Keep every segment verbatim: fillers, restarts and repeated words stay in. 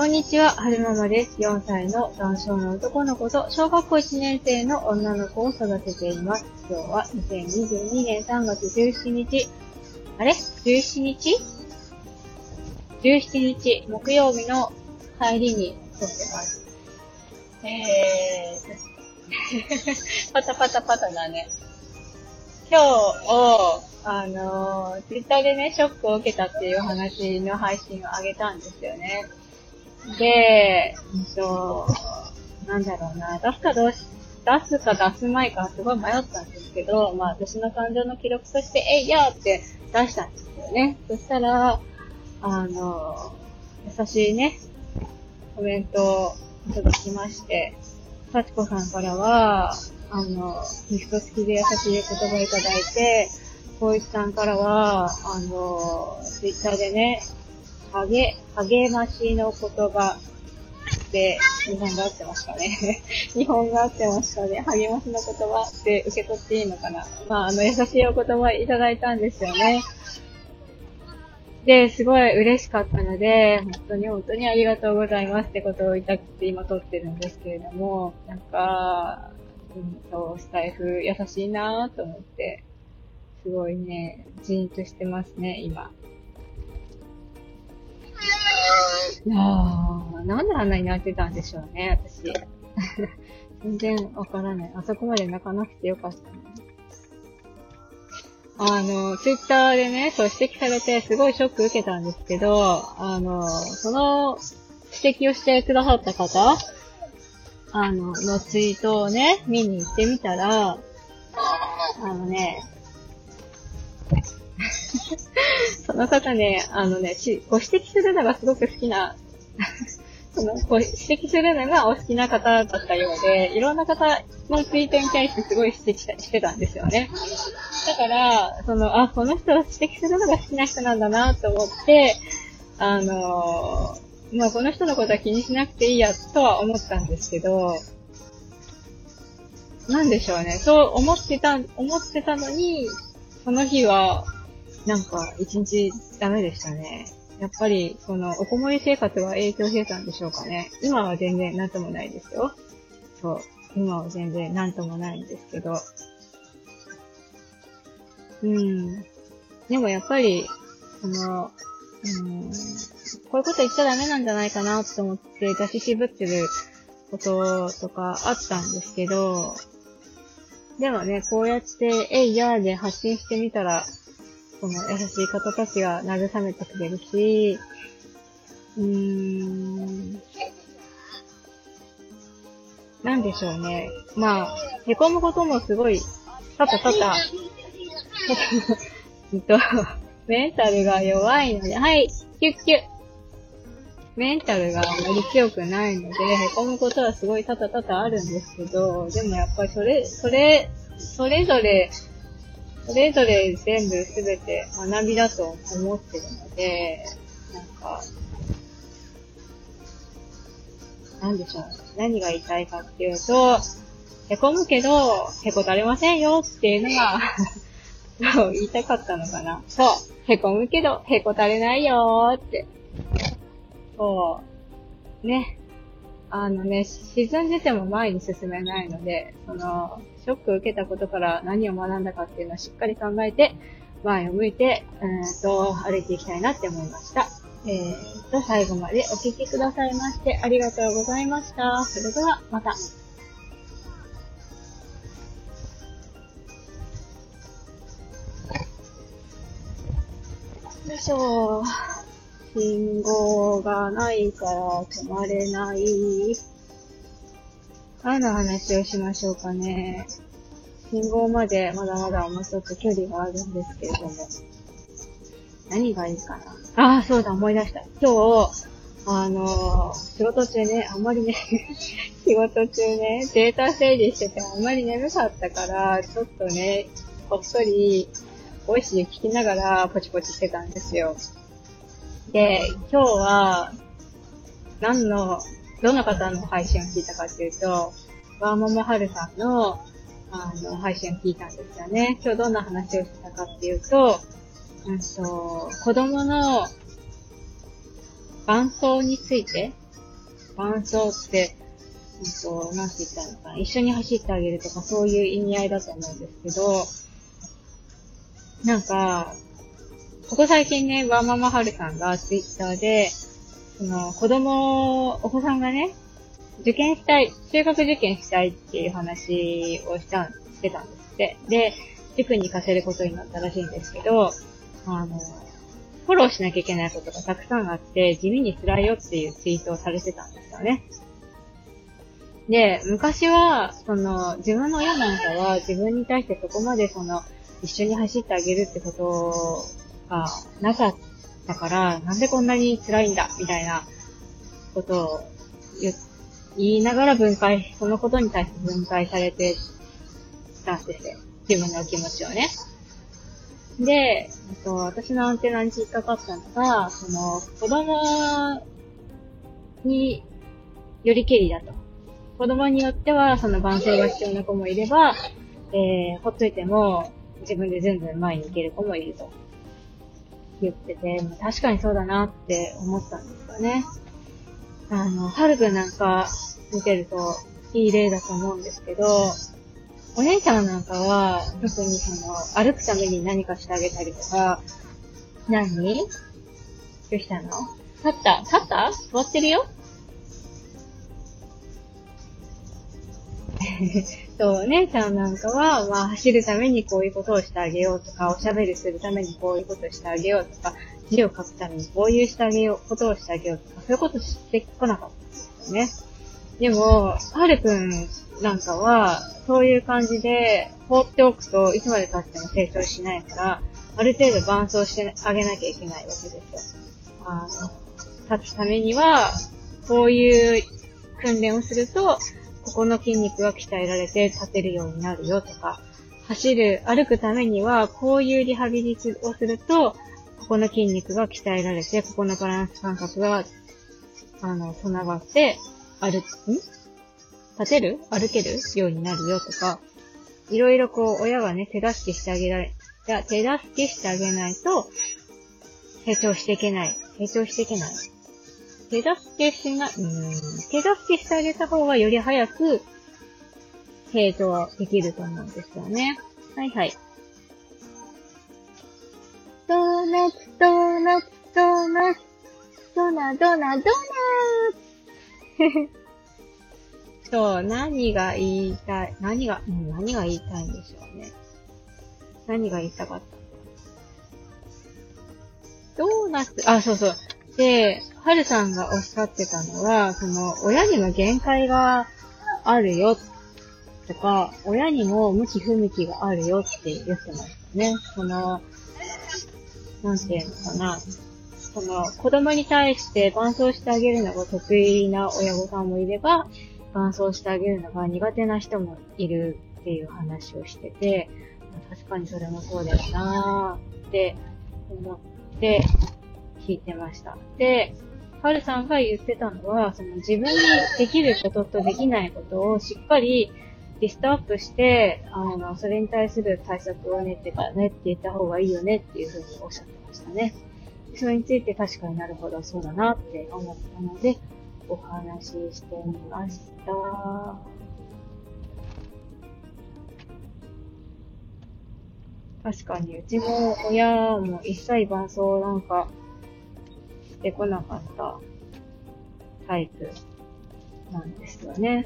んにちは、はるままです。よんさいの男性の男の子と小学校いちねん生の女の子を育てています。今日はにせんにじゅうにねんさんがつじゅうしちにち、あれ ?じゅうしちにち ?じゅうしちにち、木曜日の帰りに撮ってます。えー、パタパタパタだね。今日を、あのー、ツイッターでね、ショックを受けたっていう話の配信を上げたんですよね。で、うんと、なんだろうな、出すかどうし、出すか出すまいかすごい迷ったんですけど、まあ私の感情の記録として、えいやーって出したんですよね。そしたら、あの、優しいね、コメントをいただきまして、幸子さんからは、あの、ギフト付きで優しい言葉いただいて、光一さんからは、あの、ツイッターでね、励、励ましの言葉で、日本が合ってますかね。日本が合ってますかね。励ましの言葉って受け取っていいのかな。まあ、あの、優しいお言葉いただいたんですよね。で、すごい嬉しかったので、本当に本当にありがとうございますってことを言いたくて今撮ってるんですけれども、なんか、うんと、スタイフ優しいなぁと思って、すごいね、ジーンとしてますね、今。いやー、なんであんなに泣いてたんでしょうね、私。全然わからない。あそこまで泣かなくてよかったね。あの、ツイッターでね、そう指摘されてすごいショック受けたんですけど、あの、その指摘をしてくださった方、あの、のツイートをね、見に行ってみたら、あのね、その方ね、あのね、しご指摘するのがすごく好きな、その、ご指摘するのがお好きな方だったようで、いろんな方のツイートに対してすごい指摘したしてたんですよね。だから、その、あ、この人を指摘するのが好きな人なんだなと思って、あのー、まあこの人のことは気にしなくていいやとは思ったんですけど、なんでしょうね。そう思ってた、思ってたのに、その日は、なんか、一日ダメでしたね。やっぱり、その、おこもり生活は影響してたんでしょうかね。今は全然なんともないですよ。そう。今は全然なんともないんですけど。うん。でもやっぱり、その、うん、こういうこと言っちゃダメなんじゃないかなと思って出し渋ってることとかあったんですけど、でもね、こうやって、えいやーで発信してみたら、この優しい方たちが慰めてくれるし、うーん、なんでしょうね。まあ、へこむこともすごい、たたたた、えっと、メンタルが弱いので、はい、キュッキュッ。メンタルがあまり強くないので、へこむことはすごいたたたたあるんですけど、でもやっぱりそれ、それ、それぞれ、それぞれ全部すべて学びだと思ってるので、なんか、なんでしょう。何が言いたいかっていうと、へこむけど、へこたれませんよっていうのが、そう言いたかったのかな。そう。へこむけど、へこたれないよーって。そう。ね。あのね、沈んでても前に進めないので、その、ショックを受けたことから何を学んだかっていうのをしっかり考えて、前を向いて、うーんと、歩いていきたいなって思いました。えーと、最後までお聞きくださいましてありがとうございました。それでは、また。よいしょー。信号がないから止まれない。何の話をしましょうかね。信号までまだまだもうちょっと距離があるんですけれども。何がいいかな。ああ、そうだ、思い出した。今日、あのー、仕事中ね、あんまりね、仕事中ね、データ整理しててあんまり眠かったから、ちょっとね、こっそり、ボイスで聞きながらポチポチしてたんですよ。で、今日は、何の、どの方の配信を聞いたかっていうと、ワーママハルさんの、あの、配信を聞いたんですよね。今日どんな話をしたかっていうと、うんと、子供の伴奏について伴走って、うんと、なんて言ったのかな、一緒に走ってあげるとかそういう意味合いだと思うんですけど、なんか、ここ最近ね、ワーママハルさんがツイッターで、その、子供、お子さんがね、受験したい、中学受験したいっていう話をしたん、してたんですって。で、塾に行かせることになったらしいんですけど、あの、フォローしなきゃいけないことがたくさんあって、地味に辛いよっていうツイートをされてたんですよね。で、昔は、その、自分の親なんかは自分に対してそこまでその、一緒に走ってあげるってことがなかったから、なんでこんなに辛いんだみたいなことを言言いながら分解、そのことに対して分解されてたんですよ。自分の気持ちをね。で、えっと、私のアンテナに引っかかったのが、その、子供によりけりだと。子供によっては、その伴走が必要な子もいれば、えー、ほっといても、自分で全部前に行ける子もいると言ってて、確かにそうだなって思ったんですよね。あの、はるくんなんか見てるといい例だと思うんですけど、お姉ちゃんなんかは特にその歩くために何かしてあげたりとか、何？どうしたの？立った？立った？座ってるよそう、お姉ちゃんなんかは、まあ、走るためにこういうことをしてあげようとか、おしゃべりするためにこういうことをしてあげようとか、字を書くためにこういうしてあげよう、ことをしてあげようとか、そういうことしてこなかったんですよね。でも、はるくんなんかは、そういう感じで、放っておくといつまで経っても成長しないから、ある程度伴走してあげなきゃいけないわけですよ。あの、立つためには、こういう訓練をすると、ここの筋肉が鍛えられて立てるようになるよとか、走る、歩くためには、こういうリハビリをすると、ここの筋肉が鍛えられて、ここのバランス感覚が、あの、備わって、歩く、ん立てる歩けるようになるよとか、いろいろこう、親がね、手助けしてあげられ、いや、手助けしてあげないと、成長していけない。成長していけない。手助けしな、うーん、手助けしてあげた方がより早く、成長できると思うんですよね。はいはい。ドーナツ、ドーナツ、ドーナツ、ドナ、ドナ、ドーナツそう、何が言いたい、何が、うん、何が言いたいんでしょうね。何が言いたかった。ドーナツ、あ、そうそう。で、はるさんがおっしゃってたのは、その、親にも限界があるよ、とか、親にも向き不向きがあるよって言ってましたね。その、なんていうのかな。その、子供に対して伴走してあげるのが得意な親御さんもいれば、伴走してあげるのが苦手な人もいるっていう話をしてて、確かにそれもそうだよなーって思って聞いてました。で、はるさんが言ってたのは、その自分にできることとできないことをしっかりリストアップして、あの、それに対する対策を練ってからねって言った方がいいよねっていうふうにおっしゃってましたね。それについて確かになるほどそうだなって思ったので、お話ししてみました。確かに、うちも親も一切伴走なんかしてこなかったタイプなんですよね。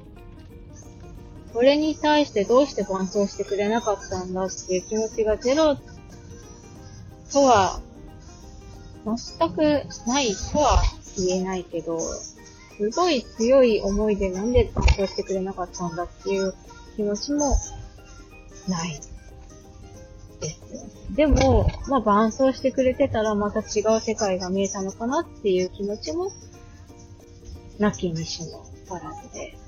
それに対してどうして伴走してくれなかったんだっていう気持ちがゼロとは全くないとは言えないけど、すごい強い思いでなんで伴走してくれなかったんだっていう気持ちもないですよ。でも、まあ伴走してくれてたらまた違う世界が見えたのかなっていう気持ちもなきにしもあらずで。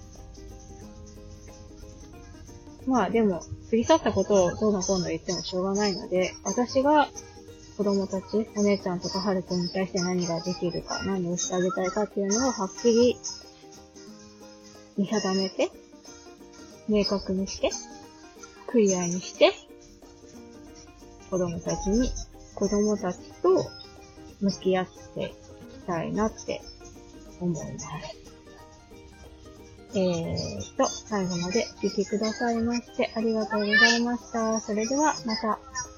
まあでも、過ぎ去ったことをどうのこうの言ってもしょうがないので、私が子供たち、お姉ちゃんとかはるくんに対して何ができるか、何をしてあげたいかっていうのをはっきり見定めて、明確にして、クリアにして、子供たちに、子供たちと向き合っていきたいなって思います。えーと、最後までお聞きくださいましてありがとうございました。それではまた。